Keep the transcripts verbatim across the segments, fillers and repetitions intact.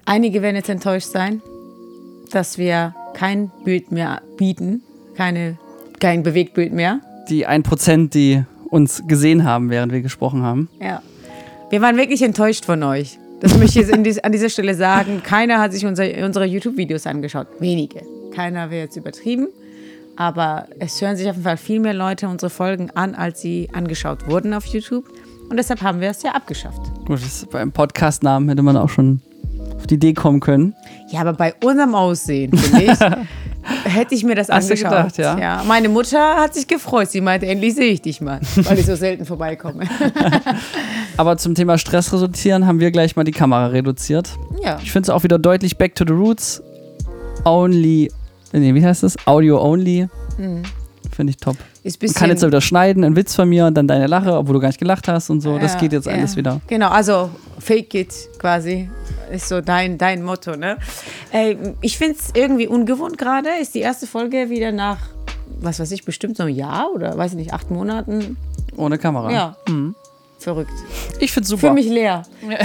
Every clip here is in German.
Einige werden jetzt enttäuscht sein, dass wir kein Bild mehr bieten, keine, kein Bewegtbild mehr. Die ein Prozent, die uns gesehen haben, während wir gesprochen haben. Ja. Wir waren wirklich enttäuscht von euch. Das möchte ich jetzt in dies, an dieser Stelle sagen. Keiner hat sich unser, unsere YouTube-Videos angeschaut. Wenige. Keiner wäre jetzt übertrieben. Aber es hören sich auf jeden Fall viel mehr Leute unsere Folgen an, als sie angeschaut wurden auf YouTube. Und deshalb haben wir es ja abgeschafft. Gut, das beim Podcast-Namen hätte man auch schon auf die Idee kommen können. Ja, aber bei unserem Aussehen, finde ich, hätte ich mir das Hast angeschaut. du gedacht, ja? Ja. Meine Mutter hat sich gefreut. Sie meinte, endlich sehe ich dich mal, weil ich so selten vorbeikomme. Aber zum Thema Stress reduzieren haben wir gleich mal die Kamera reduziert. Ja. Ich finde es auch wieder deutlich back to the roots. Only, nee, wie heißt das? Audio only. Mhm. Finde ich top. Ist Man kann jetzt wieder schneiden, ein Witz von mir und dann deine Lache, obwohl du gar nicht gelacht hast und so. Ja, das geht jetzt ja. alles wieder. Genau, also fake it quasi. Ist so dein, dein Motto, ne? Äh, ich finde es irgendwie ungewohnt gerade. Ist die erste Folge wieder nach, was weiß ich, bestimmt so ein Jahr oder weiß ich nicht, acht Monaten. Ohne Kamera. Ja. Mhm. Verrückt. Ich finde es super. Für mich leer.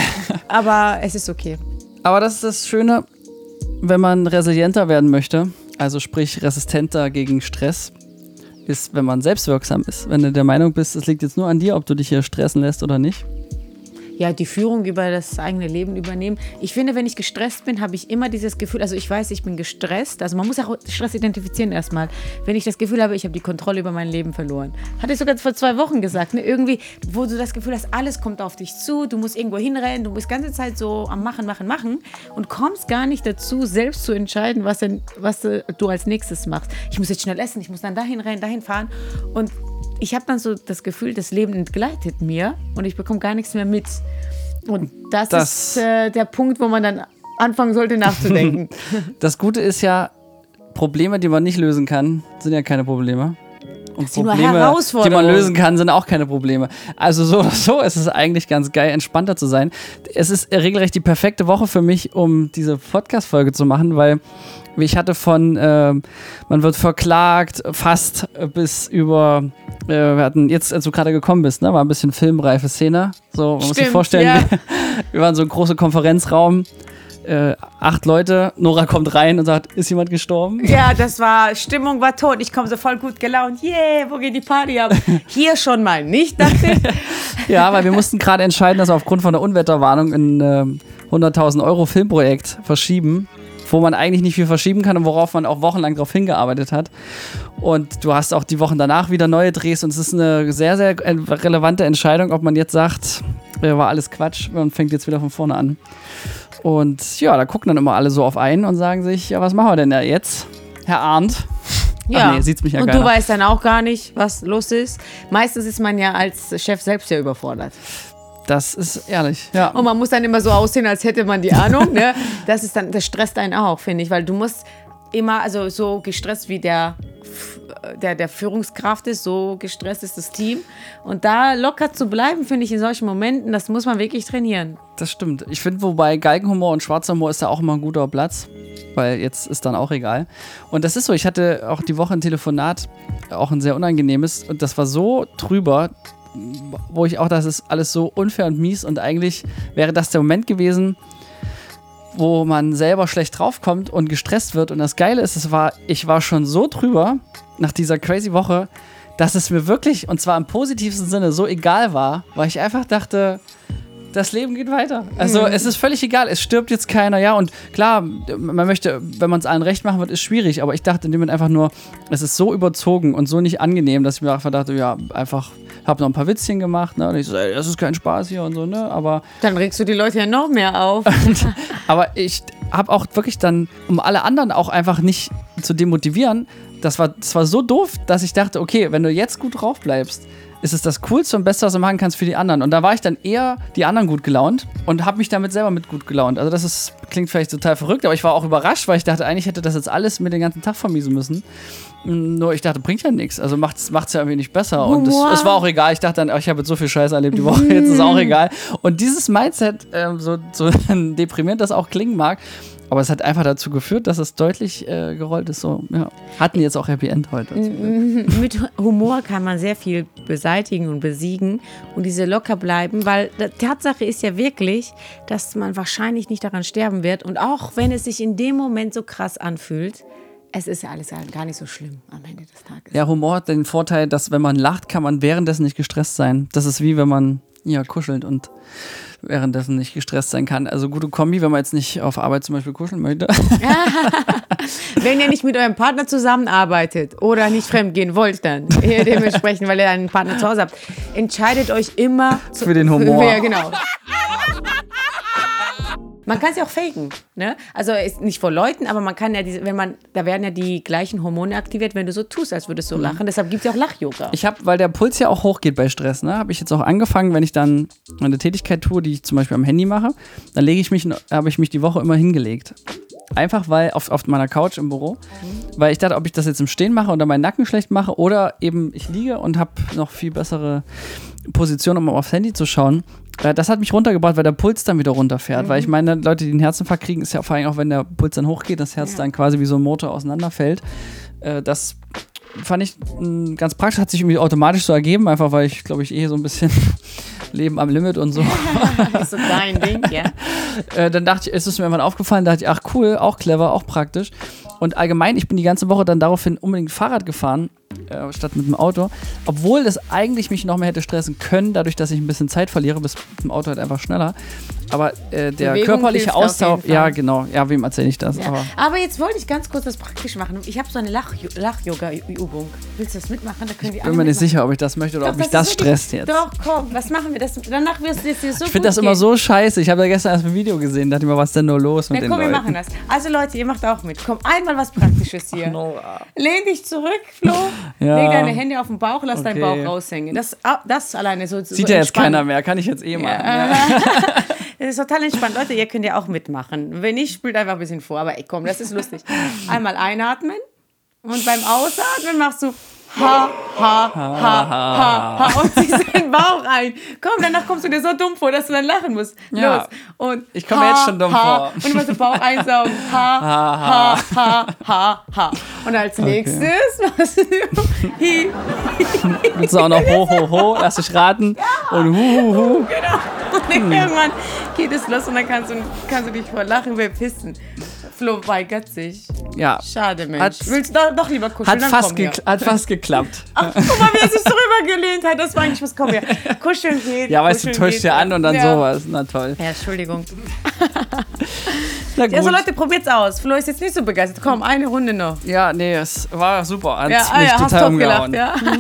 Aber es ist okay. Aber das ist das Schöne, wenn man resilienter werden möchte, also sprich resistenter gegen Stress, ist, wenn man selbstwirksam ist. Wenn du der Meinung bist, es liegt jetzt nur an dir, ob du dich hier stressen lässt oder nicht. Ja, die Führung über das eigene Leben übernehmen. Ich finde, wenn ich gestresst bin, habe ich immer dieses Gefühl, also ich weiß, ich bin gestresst, also man muss auch Stress identifizieren erstmal. Wenn ich das Gefühl habe, ich habe die Kontrolle über mein Leben verloren. Hatte ich sogar vor zwei Wochen gesagt, ne? Irgendwie, wo du das Gefühl hast, alles kommt auf dich zu, du musst irgendwo hinrennen, du bist die ganze Zeit so am Machen, Machen, Machen und kommst gar nicht dazu, selbst zu entscheiden, was, denn, was du als nächstes machst. Ich muss jetzt schnell essen, ich muss dann dahin rennen, dahin fahren und ich habe dann so das Gefühl, das Leben entgleitet mir und ich bekomme gar nichts mehr mit. Und das, das ist äh, der Punkt, wo man dann anfangen sollte nachzudenken. Das Gute ist ja, Probleme, die man nicht lösen kann, sind ja keine Probleme. Und das sind Probleme, nur Herausforderungen, die man lösen kann, sind auch keine Probleme. Also so, so ist es eigentlich ganz geil, entspannter zu sein. Es ist regelrecht die perfekte Woche für mich, um diese Podcast-Folge zu machen, weil ich hatte von, äh, man wird verklagt, fast bis über, äh, wir hatten jetzt, als du gerade gekommen bist, ne, war ein bisschen filmreife Szene. So, man Stimmt, muss sich vorstellen, ja. wir, wir waren so ein großer Konferenzraum. Äh, acht Leute, Nora kommt rein und sagt, ist jemand gestorben? Ja, das war, Stimmung war tot, ich komme so voll gut gelaunt, yeah, wo geht die Party ab? Hier schon mal nicht, dachte ich. Ja, weil wir mussten gerade entscheiden, dass wir aufgrund von der Unwetterwarnung ein äh, hunderttausend Euro Filmprojekt verschieben, wo man eigentlich nicht viel verschieben kann und worauf man auch wochenlang darauf hingearbeitet hat. Und du hast auch die Wochen danach wieder neue Drehs und es ist eine sehr, sehr relevante Entscheidung, ob man jetzt sagt, äh, war alles Quatsch, man fängt jetzt wieder von vorne an. Und ja, da gucken dann immer alle so auf einen und sagen sich, ja, was machen wir denn da jetzt, Herr Arndt? Ja, Ach nee, sieht's mich ja und keiner. du weißt dann auch gar nicht, was los ist. Meistens ist man ja als Chef selbst ja überfordert. Das ist ehrlich, ja. Und man muss dann immer so aussehen, als hätte man die Ahnung, ne? Das ist dann, das stresst einen auch, finde ich, weil du musst immer, also so gestresst wie der, der, der Führungskraft ist, so gestresst ist das Team. Und da locker zu bleiben, finde ich, in solchen Momenten, das muss man wirklich trainieren. Das stimmt. Ich finde, wobei Galgenhumor und schwarzer Humor ist da auch immer ein guter Platz, weil jetzt ist dann auch egal. Und das ist so, ich hatte auch die Woche ein Telefonat, auch ein sehr unangenehmes, und das war so drüber, wo ich auch, das ist alles so unfair und mies und eigentlich wäre das der Moment gewesen, wo man selber schlecht draufkommt und gestresst wird. Und das Geile ist, es war, ich war schon so drüber nach dieser crazy Woche, dass es mir wirklich, und zwar im positivsten Sinne, so egal war, weil ich einfach dachte, das Leben geht weiter. Also mhm. es ist völlig egal, es stirbt jetzt keiner, ja, und klar, man möchte, wenn man es allen recht machen wird, ist schwierig, aber ich dachte in dem Moment einfach nur, es ist so überzogen und so nicht angenehm, dass ich mir einfach dachte, ja, einfach, hab noch ein paar Witzchen gemacht, ne, und ich so, ey, das ist kein Spaß hier und so, ne, aber... Dann regst du die Leute ja noch mehr auf. Aber ich habe auch wirklich dann, um alle anderen auch einfach nicht zu demotivieren, das war, das war so doof, dass ich dachte, okay, wenn du jetzt gut drauf bleibst, ist es das Coolste und Beste, was du machen kannst für die anderen. Und da war ich dann eher die anderen gut gelaunt und habe mich damit selber mit gut gelaunt. Also das ist, klingt vielleicht total verrückt, aber ich war auch überrascht, weil ich dachte, eigentlich hätte das jetzt alles mir den ganzen Tag vermiesen müssen. Nur ich dachte, bringt ja nichts. Also macht's, macht's ja irgendwie nicht besser. Und es, es war auch egal. Ich dachte dann, oh, ich habe jetzt so viel Scheiße erlebt die Woche, jetzt ist es auch egal. Und dieses Mindset, ähm, so, so deprimierend das auch klingen mag, Aber es hat einfach dazu geführt, dass es deutlich äh, gerollt ist. So, ja. Hatten jetzt auch Happy End heute. Mit Humor kann man sehr viel beseitigen und besiegen und diese locker bleiben, weil die Tatsache ist ja wirklich, dass man wahrscheinlich nicht daran sterben wird. Und auch wenn es sich in dem Moment so krass anfühlt, es ist ja alles gar nicht so schlimm am Ende des Tages. Ja, Humor hat den Vorteil, dass wenn man lacht, kann man währenddessen nicht gestresst sein. Das ist wie wenn man ja kuschelt und währenddessen nicht gestresst sein kann. Also gute Kombi, wenn man jetzt nicht auf Arbeit zum Beispiel kuscheln möchte. Wenn ihr nicht mit eurem Partner zusammenarbeitet oder nicht fremdgehen wollt, dann dementsprechend, weil ihr einen Partner zu Hause habt, entscheidet euch immer zu, für den Humor. Ja, genau. Man kann es ja auch faken, ne? Also ist nicht vor Leuten, aber man kann ja, diese, wenn man, da werden ja die gleichen Hormone aktiviert, wenn du so tust, als würdest du lachen. Mhm. Deshalb gibt es ja auch Lach-Yoga. Ich habe, weil der Puls ja auch hochgeht bei Stress, ne, habe ich jetzt auch angefangen, wenn ich dann eine Tätigkeit tue, die ich zum Beispiel am Handy mache, dann lege ich mich, habe ich mich die Woche immer hingelegt. Einfach weil, auf, auf meiner Couch im Büro, mhm. weil ich dachte, ob ich das jetzt im Stehen mache oder meinen Nacken schlecht mache oder eben ich liege und habe noch viel bessere Position, um aufs Handy zu schauen. Das hat mich runtergebracht, weil der Puls dann wieder runterfährt. Mhm. Weil ich meine, Leute, die einen Herzinfarkt kriegen, ist ja vor allem auch, wenn der Puls dann hochgeht, das Herz ja. dann quasi wie so ein Motor auseinanderfällt. Das fand ich ganz praktisch, hat sich irgendwie automatisch so ergeben, einfach weil ich, glaube ich, eh so ein bisschen Leben am Limit und so. Das ist so dein Ding, ja. Dann dachte ich, ist es mir irgendwann aufgefallen, dachte ich, ach cool, auch clever, auch praktisch. Und allgemein, ich bin die ganze Woche dann daraufhin unbedingt Fahrrad gefahren, äh, statt mit dem Auto. Obwohl es eigentlich mich noch mehr hätte stressen können, dadurch, dass ich ein bisschen Zeit verliere, bis mit dem Auto halt einfach schneller. Aber äh, der Bewegung körperliche Austausch, ja genau, ja, wem erzähle ich das? Ja. Aber, aber jetzt wollte ich ganz kurz was praktisch machen. Ich habe so eine Lach- Lach-Yoga-Übung. Willst du das mitmachen? Da können die ich bin mir nicht sicher, ob ich das möchte oder doch, ob mich das, das stresst jetzt. Doch, komm, was machen wir? Das, danach wirst du jetzt dir so Ich finde das gehen. immer so scheiße. Ich habe da gestern erst ein Video gesehen, dachte mir, was ist denn nur los mit ja, den komm, Leuten? wir machen das. Also Leute, ihr macht auch mit. Komm, einmal was Praktisches hier. No. Lehn dich zurück, Flo. Ja. Leg deine Hände auf den Bauch, lass okay. deinen Bauch raushängen. Das, das alleine so Sieht so ja jetzt keiner mehr, kann ich jetzt eh machen. Ja. Ja. Das ist total entspannt. Leute, ihr könnt ja auch mitmachen. Wenn nicht, spielt einfach ein bisschen vor. Aber ey, komm, das ist lustig. Einmal einatmen und beim Ausatmen machst du Ha, ha, ha, ha, ha und ziehst deinen Bauch ein. Komm, danach kommst du dir so dumm vor, dass du dann lachen musst. Ja. Los. Und ich komme jetzt schon dumm ha, vor. Und du musst den Bauch einsaugen. Ha, ha, ha, ha, ha. Und als okay. nächstes machst du hi, willst du auch noch ho, ho, ho, lass dich raten. Ja. Und hu, hu, hu. Genau. Und dann hm. irgendwann geht es los und dann kannst du, kannst du dich vor Lachen bepissen. Flo weigert sich. Ja. Schade, Mensch. Hat, Willst du doch, doch lieber kuscheln? Hat, fast, gekl- hat fast geklappt. Ach, guck mal, wie er sich so rübergelehnt hat. Das war eigentlich was. Komm her. Kuscheln geht. Ja, weißt du, täuscht geht. dir an und dann ja. sowas. Na toll. Ja, Entschuldigung. Na gut. Also Leute, probiert's aus. Flo ist jetzt nicht so begeistert. Komm, eine Runde noch. Ja, nee, es war super. Hat ja, mich ah, ja, total umgehauen. Gelacht, ja.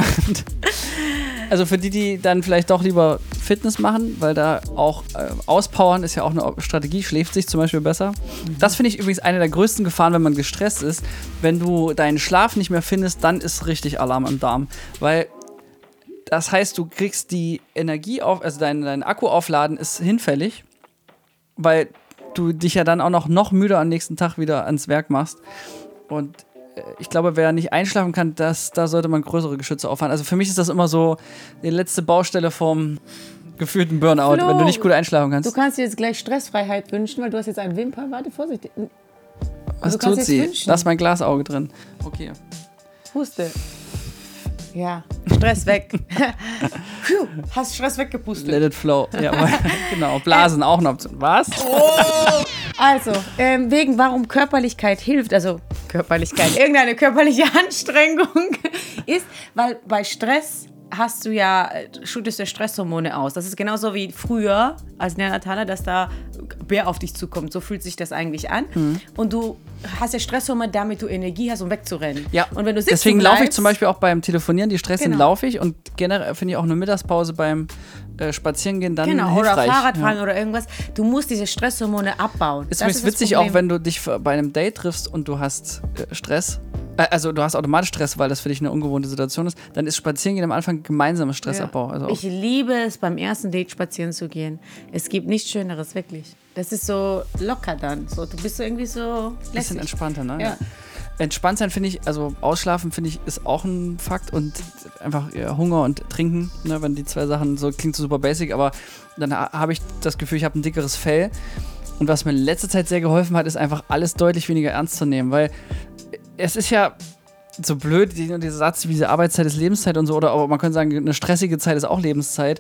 Also für die, die dann vielleicht doch lieber Fitness machen, weil da auch äh, auspowern ist ja auch eine Strategie, schläft sich zum Beispiel besser. Mhm. Das finde ich übrigens eine der größten Gefahren, wenn man gestresst ist. Wenn du deinen Schlaf nicht mehr findest, dann ist richtig Alarm im Darm. Weil das heißt, du kriegst die Energie auf, also dein, dein Akku aufladen ist hinfällig, weil du dich ja dann auch noch, noch müder am nächsten Tag wieder ans Werk machst. Und ich glaube, wer nicht einschlafen kann, das, da sollte man größere Geschütze auffahren. Also für mich ist das immer so die letzte Baustelle vom gefühlten Burnout, Flo, wenn du nicht gut einschlafen kannst. Du kannst dir jetzt gleich Stressfreiheit wünschen, weil du hast jetzt einen Wimper. Warte, vorsichtig. Was tut sie? Da ist mein Glasauge drin. Okay. Puste. Ja, Stress weg. Puh, hast Stress weggepustet. Let it flow. Ja, genau. Blasen äh, auch noch. Was? Oh. Also, ähm, wegen warum Körperlichkeit hilft, also Körperlichkeit, irgendeine körperliche Anstrengung ist, weil bei Stress hast du ja, schüttest du Stresshormone aus. Das ist genauso wie früher als Neandertaler, dass da Bär auf dich zukommt. So fühlt sich das eigentlich an. Mhm. Und du hast ja Stresshormone, damit du Energie hast, um wegzurennen. Ja, und wenn du deswegen laufe ich zum Beispiel auch beim Telefonieren, die Stress sind, genau. laufe ich. Und generell finde ich auch eine Mittagspause beim äh, Spazierengehen dann genau, hilfreich. Oder Fahrradfahren ja. oder irgendwas. Du musst diese Stresshormone abbauen. Ist übrigens witzig, auch wenn du dich bei einem Date triffst und du hast äh, Stress, äh, also du hast automatisch Stress, weil das für dich eine ungewohnte Situation ist, dann ist Spazierengehen am Anfang gemeinsamer Stressabbau. Ja. Also ich liebe es, beim ersten Date spazieren zu gehen. Es gibt nichts Schöneres, wirklich. Das ist so locker dann. So, du bist so irgendwie so lässig. Bisschen entspannter, ne? Ja. Entspannt sein finde ich, also ausschlafen finde ich, ist auch ein Fakt und einfach ja, Hunger und Trinken, ne, wenn die zwei Sachen so, klingt so super basic, aber dann ha- habe ich das Gefühl, ich habe ein dickeres Fell. Und was mir in letzter Zeit sehr geholfen hat, ist einfach alles deutlich weniger ernst zu nehmen, weil es ist ja so blöd, dieser Satz wie diese Arbeitszeit ist Lebenszeit und so, oder auch, man könnte sagen, eine stressige Zeit ist auch Lebenszeit.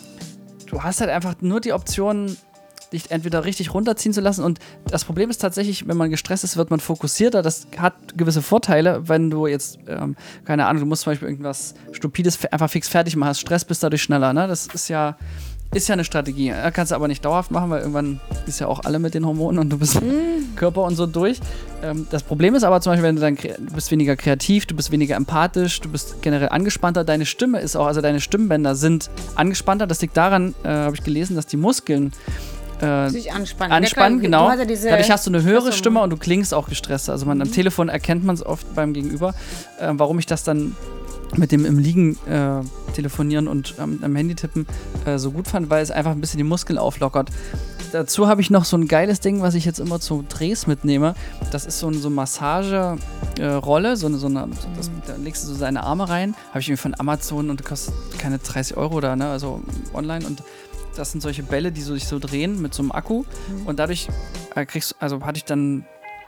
Du hast halt einfach nur die Option, dich entweder richtig runterziehen zu lassen, und das Problem ist tatsächlich, wenn man gestresst ist, wird man fokussierter. Das hat gewisse Vorteile, wenn du jetzt, ähm, keine Ahnung, du musst zum Beispiel irgendwas Stupides einfach fix fertig machen, hast Stress, bist dadurch schneller, ne? Das ist ja, ist ja eine Strategie. Ja, kannst du aber nicht dauerhaft machen, weil irgendwann ist ja auch alle mit den Hormonen und du bist mm. Körper und so durch. Ähm, das Problem ist aber zum Beispiel, wenn du dann, du bist weniger kreativ, du bist weniger empathisch, du bist generell angespannter, deine Stimme ist auch, also deine Stimmbänder sind angespannter. Das liegt daran, äh, habe ich gelesen, dass die Muskeln Äh, sich anspannen. Anspannen, ja, genau. Ja Dadurch hast du eine höhere Stimme und du klingst auch gestresster. Also man, mhm. am Telefon erkennt man es oft beim Gegenüber. Äh, warum ich das dann mit dem im Liegen äh, telefonieren und ähm, am Handy tippen äh, so gut fand, weil es einfach ein bisschen die Muskeln auflockert. Dazu habe ich noch so ein geiles Ding, was ich jetzt immer zu Drehs mitnehme. Das ist so eine so Massage-Rolle, äh, so eine, so eine so das, da legst du so seine Arme rein. Habe ich mir von Amazon und kostet keine dreißig Euro da, ne? Also online, und das sind solche Bälle, die so, sich so drehen mit so einem Akku. Mhm. Und dadurch äh, kriegst also hatte ich dann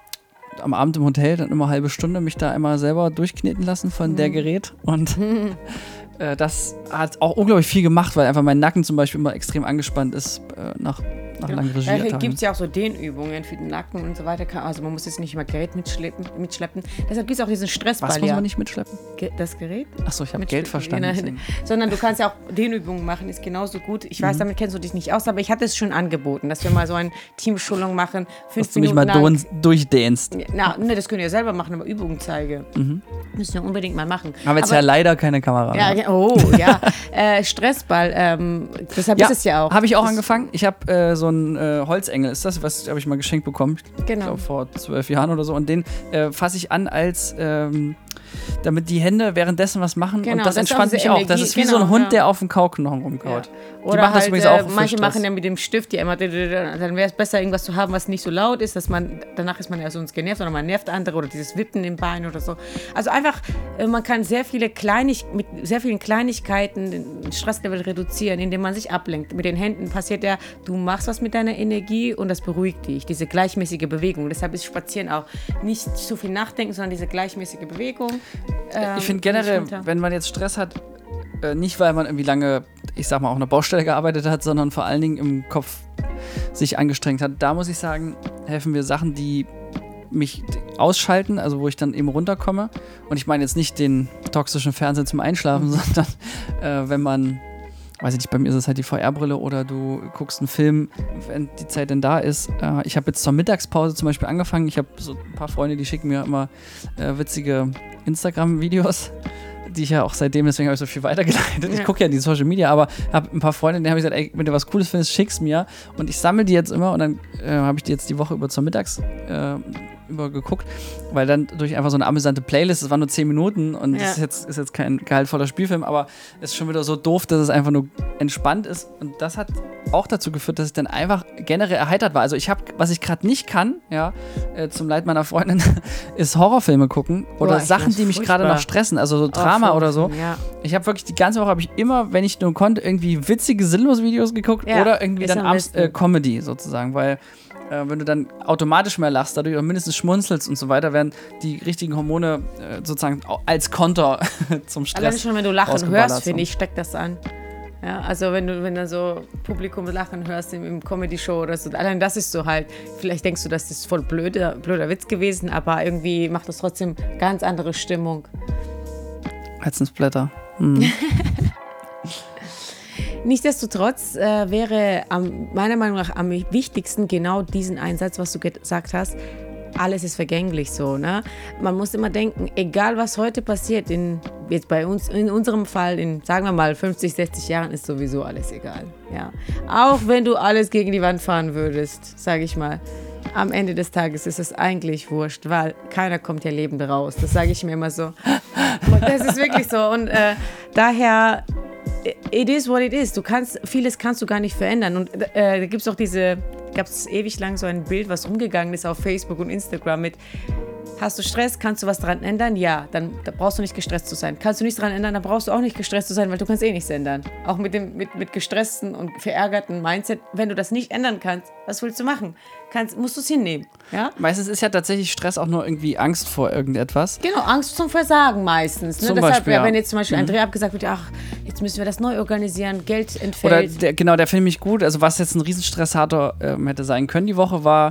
am Abend im Hotel dann immer eine halbe Stunde mich da immer selber durchkneten lassen von mhm. der Gerät. Und mhm. äh, das hat auch unglaublich viel gemacht, weil einfach mein Nacken zum Beispiel immer extrem angespannt ist äh, nach nach ja. langen Regie. Da gibt es ja auch so Dehnübungen für den Nacken und so weiter. Also man muss jetzt nicht immer Gerät mitschleppen. mitschleppen. Deshalb gibt es auch diesen Stressball. Was muss man nicht mitschleppen? Ge- das Gerät? Achso, ich habe Geld verstanden. Genau. Sondern du kannst ja auch Dehnübungen machen, ist genauso gut. Ich weiß, mhm. damit kennst du dich nicht aus, aber ich hatte es schon angeboten, dass wir mal so eine Teamschulung machen. Fünf dass du mich mal lang. durchdehnst. Na, ne, das könnt ihr selber machen, aber Übungen zeige. Mhm. Müssen wir unbedingt mal machen. Haben jetzt aber, ja leider keine Kamera. Ja, ja, oh, ja. äh, Stressball, ähm, deshalb ja, ist es ja auch. Habe ich auch das angefangen. Ich habe äh, so ein äh, Holzengel, ist das, was habe ich mal geschenkt bekommen. Ich genau. glaube vor zwölf Jahren oder so. Und den äh, fasse ich an als, ähm, damit die Hände währenddessen was machen. Genau, und das, das entspannt mich Energie, auch. Das ist wie genau, so ein Hund, ja. der auf den Kauknochen rumkaut. Ja. Oder machen halt, das äh, auch manche Stress. machen ja mit dem Stift, die immer, dann wäre es besser, irgendwas zu haben, was nicht so laut ist, dass man, danach ist man ja sonst genervt, sondern man nervt andere, oder dieses Wippen im Bein oder so. Also einfach, man kann sehr viele Kleinig, mit sehr vielen Kleinigkeiten den Stresslevel reduzieren, indem man sich ablenkt. Mit den Händen passiert ja, du machst was mit deiner Energie und das beruhigt dich, diese gleichmäßige Bewegung. Deshalb ist Spazieren auch nicht so viel nachdenken, sondern diese gleichmäßige Bewegung. Ähm, ich finde generell, wenn man jetzt Stress hat, äh, nicht weil man irgendwie lange, ich sag mal, auf einer Baustelle gearbeitet hat, sondern vor allen Dingen im Kopf sich angestrengt hat, da muss ich sagen, helfen mir Sachen, die mich ausschalten, also wo ich dann eben runterkomme. Und ich meine jetzt nicht den toxischen Fernseher zum Einschlafen, mhm. sondern äh, wenn man, weiß ich nicht, bei mir ist es halt die V R-Brille oder du guckst einen Film, wenn die Zeit denn da ist. Äh, ich habe jetzt zur Mittagspause zum Beispiel angefangen. Ich habe so ein paar Freunde, die schicken mir immer äh, witzige Instagram-Videos, die ich ja auch seitdem, deswegen habe ich so viel weitergeleitet. Ja. Ich gucke ja die Social Media, aber habe ein paar Freunde, denen habe ich gesagt, ey, wenn du was Cooles findest, schick's mir. Und ich sammle die jetzt immer, und dann äh, habe ich die jetzt die Woche über zur Mittags äh, über geguckt, weil dann durch einfach so eine amüsante Playlist, das waren nur zehn Minuten und ja. das ist jetzt, ist jetzt kein gehaltvoller Spielfilm, aber es ist schon wieder so doof, dass es einfach nur entspannt ist, und das hat auch dazu geführt, dass ich dann einfach generell erheitert war. Also ich habe, was ich gerade nicht kann, ja, äh, zum Leid meiner Freundin, ist Horrorfilme gucken oder Boah, Sachen, die mich gerade noch stressen, also so Drama oh, oder so. Ja. Ich habe wirklich die ganze Woche, habe ich immer, wenn ich nur konnte, irgendwie witzige, sinnlose Videos geguckt ja, oder irgendwie dann abends äh, Comedy sozusagen, weil Äh, wenn du dann automatisch mehr lachst, dadurch auch mindestens schmunzelst und so weiter, werden die richtigen Hormone äh, sozusagen als Konter zum Stress. Allein schon, wenn du Lachen hörst, finde ich, steckt das an. Ja, also wenn du, wenn du so Publikum lachen hörst im, im Comedy-Show oder so, allein das ist so halt, vielleicht denkst du, das ist voll blöder, blöder Witz gewesen, aber irgendwie macht das trotzdem ganz andere Stimmung. Herzensblätter. Hm. Nichtsdestotrotz äh, wäre am, meiner Meinung nach am wichtigsten genau diesen Einsatz, was du gesagt hast. Alles ist vergänglich so, ne? Man muss immer denken, egal was heute passiert, in, jetzt bei uns, in unserem Fall, in, sagen wir mal, fünfzig, sechzig Jahren ist sowieso alles egal, ja. Auch wenn du alles gegen die Wand fahren würdest, sage ich mal. Am Ende des Tages ist es eigentlich wurscht, weil keiner kommt ja lebend raus. Das sage ich mir immer so. Und das ist wirklich so. Und äh, daher... It is what it is. Du kannst, vieles kannst du gar nicht verändern. Und äh, da gibt es auch diese, gab es ewig lang so ein Bild, was rumgegangen ist auf Facebook und Instagram mit, Hast du Stress, kannst du was dran ändern? Ja, dann da brauchst du nicht gestresst zu sein. Kannst du nichts dran ändern, dann brauchst du auch nicht gestresst zu sein, weil du kannst eh nichts ändern. Auch mit dem mit, mit gestressten und verärgerten Mindset, wenn du das nicht ändern kannst, was willst du machen? Kannst, musst du es hinnehmen. Ja? Meistens ist ja tatsächlich Stress auch nur irgendwie Angst vor irgendetwas. Genau, Angst zum Versagen meistens. Ne? Zum Deshalb, Beispiel, ja, ja. wenn jetzt zum Beispiel Mhm. ein Dreh abgesagt wird, ach, jetzt müssen wir das neu organisieren, Geld Oder entfällt. der, genau, der finde ich gut. Also was jetzt ein Riesenstressator ähm, hätte sein können die Woche, war,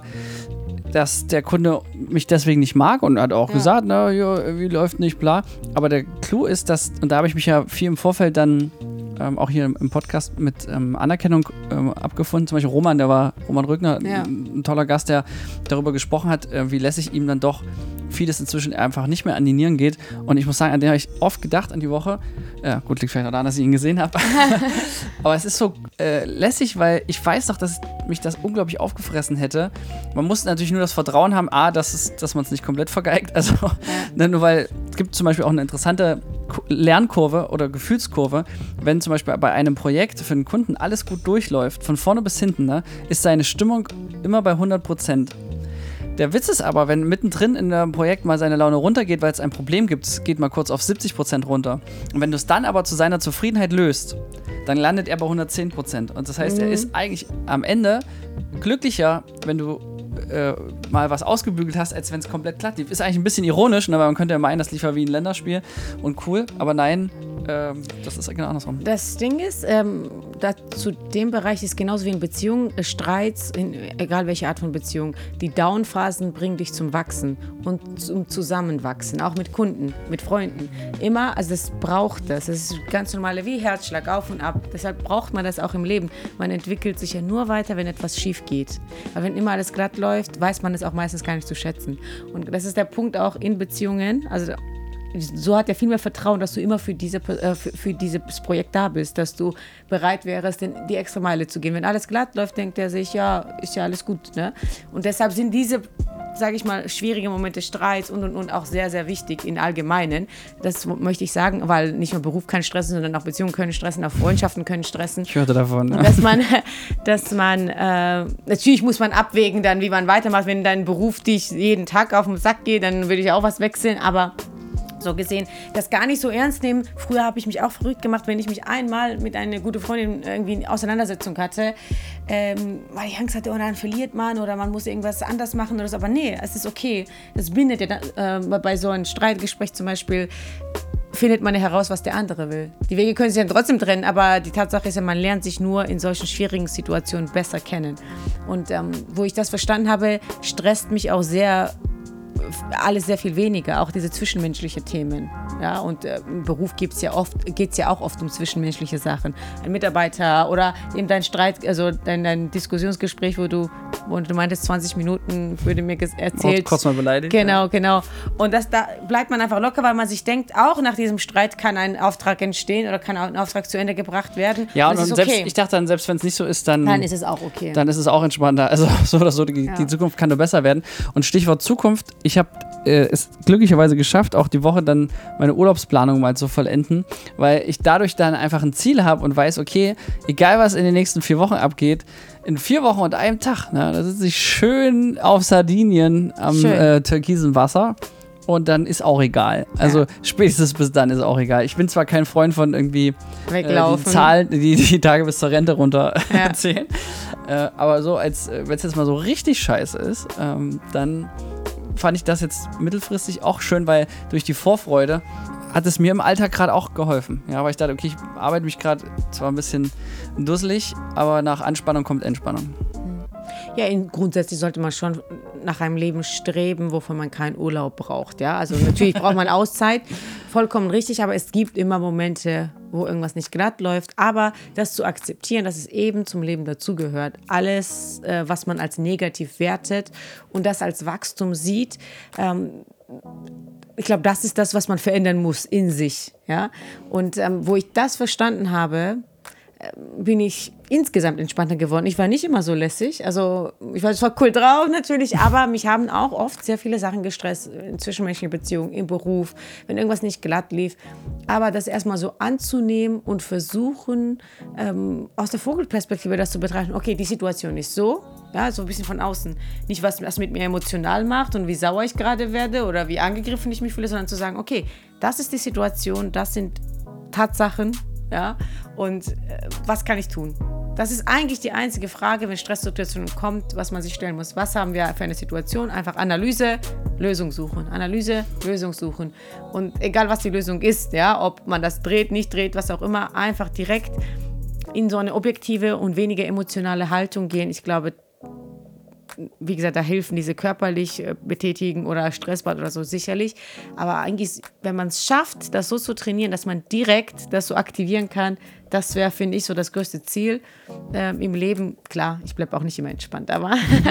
dass der Kunde mich deswegen nicht mag und hat auch Ja. gesagt, na, ja, wie läuft nicht, bla. Aber der Clou ist, dass, und da habe ich mich ja viel im Vorfeld dann ähm, auch hier im, im Podcast mit ähm, Anerkennung ähm, abgefunden. Zum Beispiel Roman, der war, Roman Rückner, Ja. ein, ein toller Gast, der darüber gesprochen hat, äh, wie lässig ihm dann doch vieles inzwischen einfach nicht mehr an die Nieren geht. Und ich muss sagen, an den habe ich oft gedacht an die Woche. Ja, gut, liegt vielleicht auch daran, dass ich ihn gesehen habe. Aber es ist so äh, lässig, weil ich weiß doch, dass mich das unglaublich aufgefressen hätte. Man muss natürlich nur das Vertrauen haben, A, dass, es, dass man es nicht komplett vergeigt. Also, ne, nur weil es gibt zum Beispiel auch eine interessante Ku- Lernkurve oder Gefühlskurve. Wenn zum Beispiel bei einem Projekt für einen Kunden alles gut durchläuft, von vorne bis hinten, ne, ist seine Stimmung immer bei hundert Prozent. Der Witz ist aber, wenn mittendrin in einem Projekt mal seine Laune runtergeht, weil es ein Problem gibt, es geht mal kurz auf siebzig Prozent runter. Und wenn du es dann aber zu seiner Zufriedenheit löst, dann landet er bei hundertzehn Prozent. Und das heißt, er ist eigentlich am Ende glücklicher, wenn du äh, mal was ausgebügelt hast, als wenn es komplett glatt lief. Ist eigentlich ein bisschen ironisch, ne, weil man könnte ja meinen, das lief ja wie ein Länderspiel und cool, aber nein, ähm, das ist genau andersrum. Das Ding ist, ähm, da, zu dem Bereich ist genauso wie in Beziehungen, äh, Streits, in, egal welche Art von Beziehung, die Downphasen bringen dich zum Wachsen und zum Zusammenwachsen, auch mit Kunden, mit Freunden. Immer, also das braucht das. Das ist ganz normale, wie Herzschlag, auf und ab. Deshalb braucht man das auch im Leben. Man entwickelt sich ja nur weiter, wenn etwas schief geht. Aber wenn immer alles glatt läuft, weiß man es auch meistens gar nicht zu schätzen. Und das ist der Punkt auch in Beziehungen, also so hat er viel mehr Vertrauen, dass du immer für, diese, äh, für, für dieses Projekt da bist, dass du bereit wärst, den, die extra Meile zu gehen. Wenn alles glatt läuft, denkt er sich, ja, ist ja alles gut. Ne? Und deshalb sind diese, sage ich mal, schwierige Momente, Streits und, und, und auch sehr, sehr wichtig im Allgemeinen. Das möchte ich sagen, weil nicht nur Beruf kann stressen, sondern auch Beziehungen können stressen, auch Freundschaften können stressen. Ich hörte davon. Und dass man, dass man äh, natürlich muss man abwägen dann, wie man weitermacht. Wenn dein Beruf dich jeden Tag auf den Sack geht, dann würde ich auch was wechseln, aber so gesehen, das gar nicht so ernst nehmen. Früher habe ich mich auch verrückt gemacht, wenn ich mich einmal mit einer guten Freundin irgendwie eine Auseinandersetzung hatte, ähm, weil ich Angst hatte, oh, dann verliert man oder man muss irgendwas anders machen oder so. Aber nee, es ist okay. Das bindet ja dann, äh, bei so einem Streitgespräch zum Beispiel, findet man ja heraus, was der andere will. Die Wege können sich dann trotzdem trennen, aber die Tatsache ist ja, man lernt sich nur in solchen schwierigen Situationen besser kennen. Und ähm, wo ich das verstanden habe, stresst mich auch sehr alles sehr viel weniger, auch diese zwischenmenschlichen Themen. Ja, und äh, im Beruf geht's ja oft, geht's ja auch oft um zwischenmenschliche Sachen. Ein Mitarbeiter oder eben dein Streit, also dein, dein Diskussionsgespräch, wo du, wo du meintest, zwanzig Minuten würde mir erzählt. Kurz mal beleidigt. Genau, ja. genau. Und das, da bleibt man einfach locker, weil man sich denkt, auch nach diesem Streit kann ein Auftrag entstehen oder kann auch ein Auftrag zu Ende gebracht werden. Ja, und, und und ist selbst, okay. ich dachte dann, selbst wenn es nicht so ist, dann, Dann ist es auch okay. Dann ist es auch entspannter. Also so oder so, die, Ja. die Zukunft kann nur besser werden. Und Stichwort Zukunft, ich habe äh, es glücklicherweise geschafft, auch die Woche dann meine Urlaubsplanung mal zu vollenden, weil ich dadurch dann einfach ein Ziel habe und weiß, okay, egal was in den nächsten vier Wochen abgeht, in vier Wochen und einem Tag, ne, da sitze ich schön auf Sardinien am äh, türkisen Wasser. Und dann ist auch egal. Also ja. Spätestens bis dann ist auch egal. Ich bin zwar kein Freund von irgendwie Weglaufen. Äh, die Zahlen, die, die Tage bis zur Rente runter Ja. erzählen. Äh, aber so, als äh, wenn es jetzt mal so richtig scheiße ist, ähm, dann fand ich das jetzt mittelfristig auch schön, weil durch die Vorfreude hat es mir im Alltag gerade auch geholfen. Ja, weil ich dachte, okay, ich arbeite mich gerade zwar ein bisschen dusselig, aber nach Anspannung kommt Entspannung. Ja, in, grundsätzlich sollte man schon nach einem Leben streben, wovon man keinen Urlaub braucht. Ja? Also natürlich braucht man Auszeit, vollkommen richtig, aber es gibt immer Momente, wo irgendwas nicht glatt läuft. Aber das zu akzeptieren, dass es eben zum Leben dazugehört, alles, äh, was man als negativ wertet und das als Wachstum sieht, ähm, ich glaube, das ist das, was man verändern muss in sich. Ja? Und ähm, wo ich das verstanden habe, bin ich insgesamt entspannter geworden. Ich war nicht immer so lässig, also ich war zwar cool drauf natürlich, aber mich haben auch oft sehr viele Sachen gestresst, in zwischenmenschlichen Beziehungen, im Beruf, wenn irgendwas nicht glatt lief. Aber das erstmal so anzunehmen und versuchen, ähm, aus der Vogelperspektive das zu betrachten, okay, die Situation ist so, Ja, so ein bisschen von außen. Nicht, was das mit mir emotional macht und wie sauer ich gerade werde oder wie angegriffen ich mich fühle, sondern zu sagen, okay, das ist die Situation, das sind Tatsachen, ja, und äh, was kann ich tun? Das ist eigentlich die einzige Frage, wenn Stresssituationen kommt, was man sich stellen muss. Was haben wir für eine Situation? Einfach Analyse, Lösung suchen. Analyse, Lösung suchen. Und egal, was die Lösung ist, ja, ob man das dreht, nicht dreht, was auch immer, einfach direkt in so eine objektive und weniger emotionale Haltung gehen. Ich glaube, wie gesagt, da helfen diese körperlich äh, betätigen oder Stressbad oder so sicherlich. Aber eigentlich, wenn man es schafft, das so zu trainieren, dass man direkt das so aktivieren kann, das wäre, finde ich, so das größte Ziel ähm, im Leben. Klar, ich bleibe auch nicht immer entspannt, aber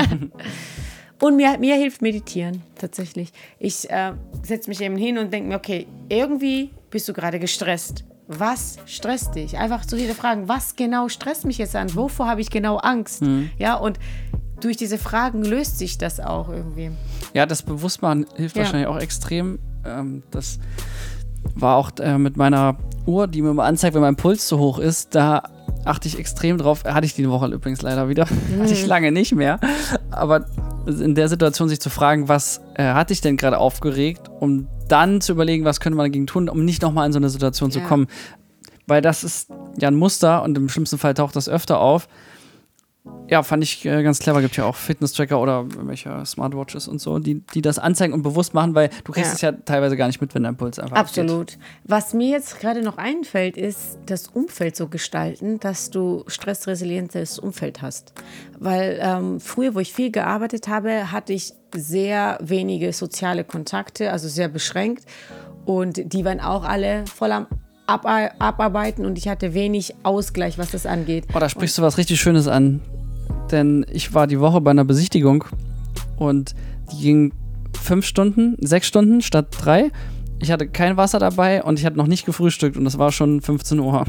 und mir, mir hilft Meditieren tatsächlich. Ich äh, setze mich eben hin und denke mir, okay, irgendwie bist du gerade gestresst. Was stresst dich? Einfach zu jeder Fragen, was genau stresst mich jetzt an? Wovor habe ich genau Angst? Mhm. Ja, und durch diese Fragen löst sich das auch irgendwie. Ja, das Bewusstmachen hilft ja. wahrscheinlich auch extrem. Ähm, das war auch äh, mit meiner Uhr, die mir immer anzeigt, wenn mein Puls zu hoch ist. Da achte ich extrem drauf. Hatte ich die Woche übrigens leider wieder. Mhm. Hatte ich lange nicht mehr. Aber in der Situation sich zu fragen, was äh, hatte ich denn gerade aufgeregt, um dann zu überlegen, was könnte man dagegen tun, um nicht nochmal in so eine Situation ja. zu kommen. Weil das ist ja ein Muster und im schlimmsten Fall taucht das öfter auf. Ja, fand ich äh, ganz clever. Gibt ja auch Fitness-Tracker oder welche Smartwatches und so, die, die das anzeigen und bewusst machen, weil du kriegst ja. es ja teilweise gar nicht mit, wenn dein Puls einfach Absolut. abgeht. Was mir jetzt gerade noch einfällt, ist, das Umfeld so gestalten, dass du stressresilientes Umfeld hast. Weil ähm, früher, wo ich viel gearbeitet habe, hatte ich sehr wenige soziale Kontakte, also sehr beschränkt. Und die waren auch alle voll am Abarbeiten und ich hatte wenig Ausgleich, was das angeht. Oh, da sprichst du was richtig Schönes an. Denn ich war die Woche bei einer Besichtigung und die ging fünf Stunden, sechs Stunden statt drei. Ich hatte kein Wasser dabei und ich hatte noch nicht gefrühstückt und es war schon fünfzehn Uhr.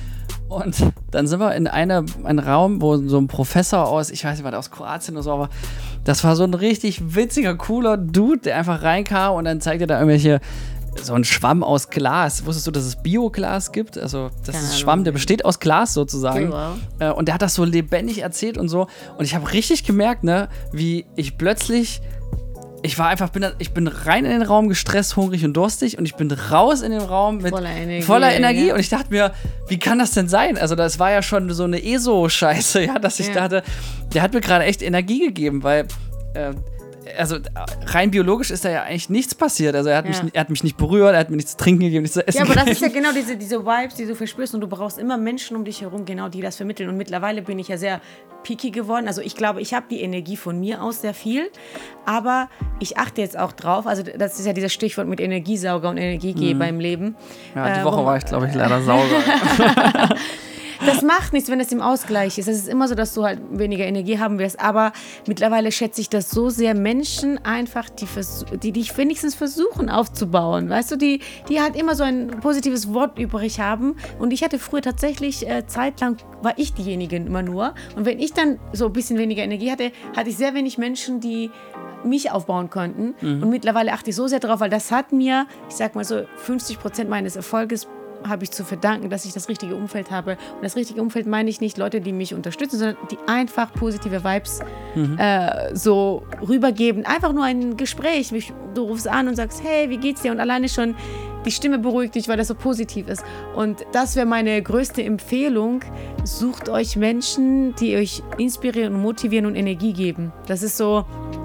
Und dann sind wir in eine, einen Raum, wo so ein Professor aus, ich weiß nicht, war der aus Kroatien oder so, aber das war so ein richtig witziger, cooler Dude, der einfach reinkam und dann zeigte da irgendwelche so ein Schwamm aus Glas. Wusstest du, dass es Bioglas gibt? Also das Keine ist ein Schwamm, der besteht aus Glas sozusagen. Wow. Und der hat das so lebendig erzählt und so. Und ich habe richtig gemerkt, ne, wie ich plötzlich, ich war einfach, bin, ich bin rein in den Raum gestresst, hungrig und durstig und ich bin raus in den Raum mit voller Energie. Voller Energie. Ja. Und ich dachte mir, wie kann das denn sein? Also das war ja schon so eine E S O-Scheiße, ja, dass ich ja. dachte, der hat mir gerade echt Energie gegeben, weil äh, also rein biologisch ist da ja eigentlich nichts passiert. Also er hat, ja. mich, er hat mich nicht berührt, er hat mir nichts zu trinken gegeben, nichts zu essen gegeben. Ja, aber gegeben. das ist ja genau diese, diese Vibes, die du verspürst und du brauchst immer Menschen um dich herum, genau, die das vermitteln. Und mittlerweile bin ich ja sehr picky geworden. Also ich glaube, ich habe die Energie von mir aus sehr viel, aber ich achte jetzt auch drauf, also das ist ja dieses Stichwort mit Energiesauger und Energiegeber mhm. im Leben. Ja, die äh, Woche war ich, glaube ich, leider Sauger. Das macht nichts, wenn es im Ausgleich ist. Es ist immer so, dass du halt weniger Energie haben wirst. Aber mittlerweile schätze ich das so sehr, Menschen einfach, die, vers- die dich wenigstens versuchen aufzubauen. Weißt du, die, die halt immer so ein positives Wort übrig haben. Und ich hatte früher tatsächlich, äh, zeitlang war ich diejenige immer nur. Und wenn ich dann so ein bisschen weniger Energie hatte, hatte ich sehr wenig Menschen, die mich aufbauen konnten. Mhm. Und mittlerweile achte ich so sehr drauf, weil das hat mir, ich sag mal so, fünfzig Prozent meines Erfolges habe ich zu verdanken, dass ich das richtige Umfeld habe. Und das richtige Umfeld meine ich nicht Leute, die mich unterstützen, sondern die einfach positive Vibes mhm. äh, so rübergeben. Einfach nur ein Gespräch. Du rufst an und sagst, hey, wie geht's dir? Und alleine schon die Stimme beruhigt dich, weil das so positiv ist. Und das wäre meine größte Empfehlung. Sucht euch Menschen, die euch inspirieren und motivieren und Energie geben. Das ist so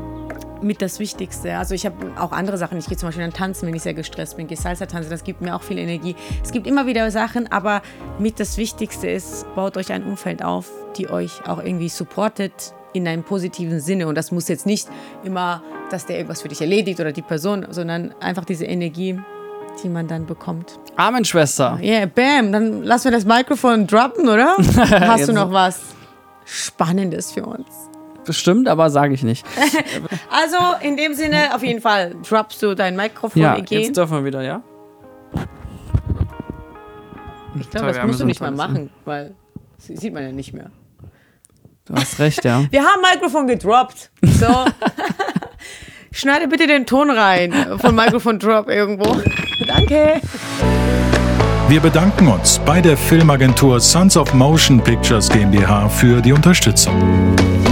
mit das Wichtigste. Also ich habe auch andere Sachen. Ich gehe zum Beispiel dann tanzen, wenn ich sehr gestresst bin. Gehe Salsa tanzen, das gibt mir auch viel Energie. Es gibt immer wieder Sachen, aber mit das Wichtigste ist, baut euch ein Umfeld auf, die euch auch irgendwie supportet in einem positiven Sinne. Und das muss jetzt nicht immer, dass der irgendwas für dich erledigt oder die Person, sondern einfach diese Energie, die man dann bekommt. Amen, Schwester. Ja, yeah, bam. Dann lassen wir das Mikrofon droppen, oder? Hast du noch was Spannendes für uns? Bestimmt, aber sage ich nicht. Also, in dem Sinne, auf jeden Fall, droppst du dein Mikrofon. Ja, jetzt dürfen wir wieder, ja? Ich glaube, das musst du nicht mal machen, weil das sieht man ja nicht mehr. Du hast recht, ja. Wir haben Mikrofon gedroppt. So. Schneide bitte den Ton rein von Mikrofon Drop irgendwo. Danke. Wir bedanken uns bei der Filmagentur Sons of Motion Pictures GmbH für die Unterstützung.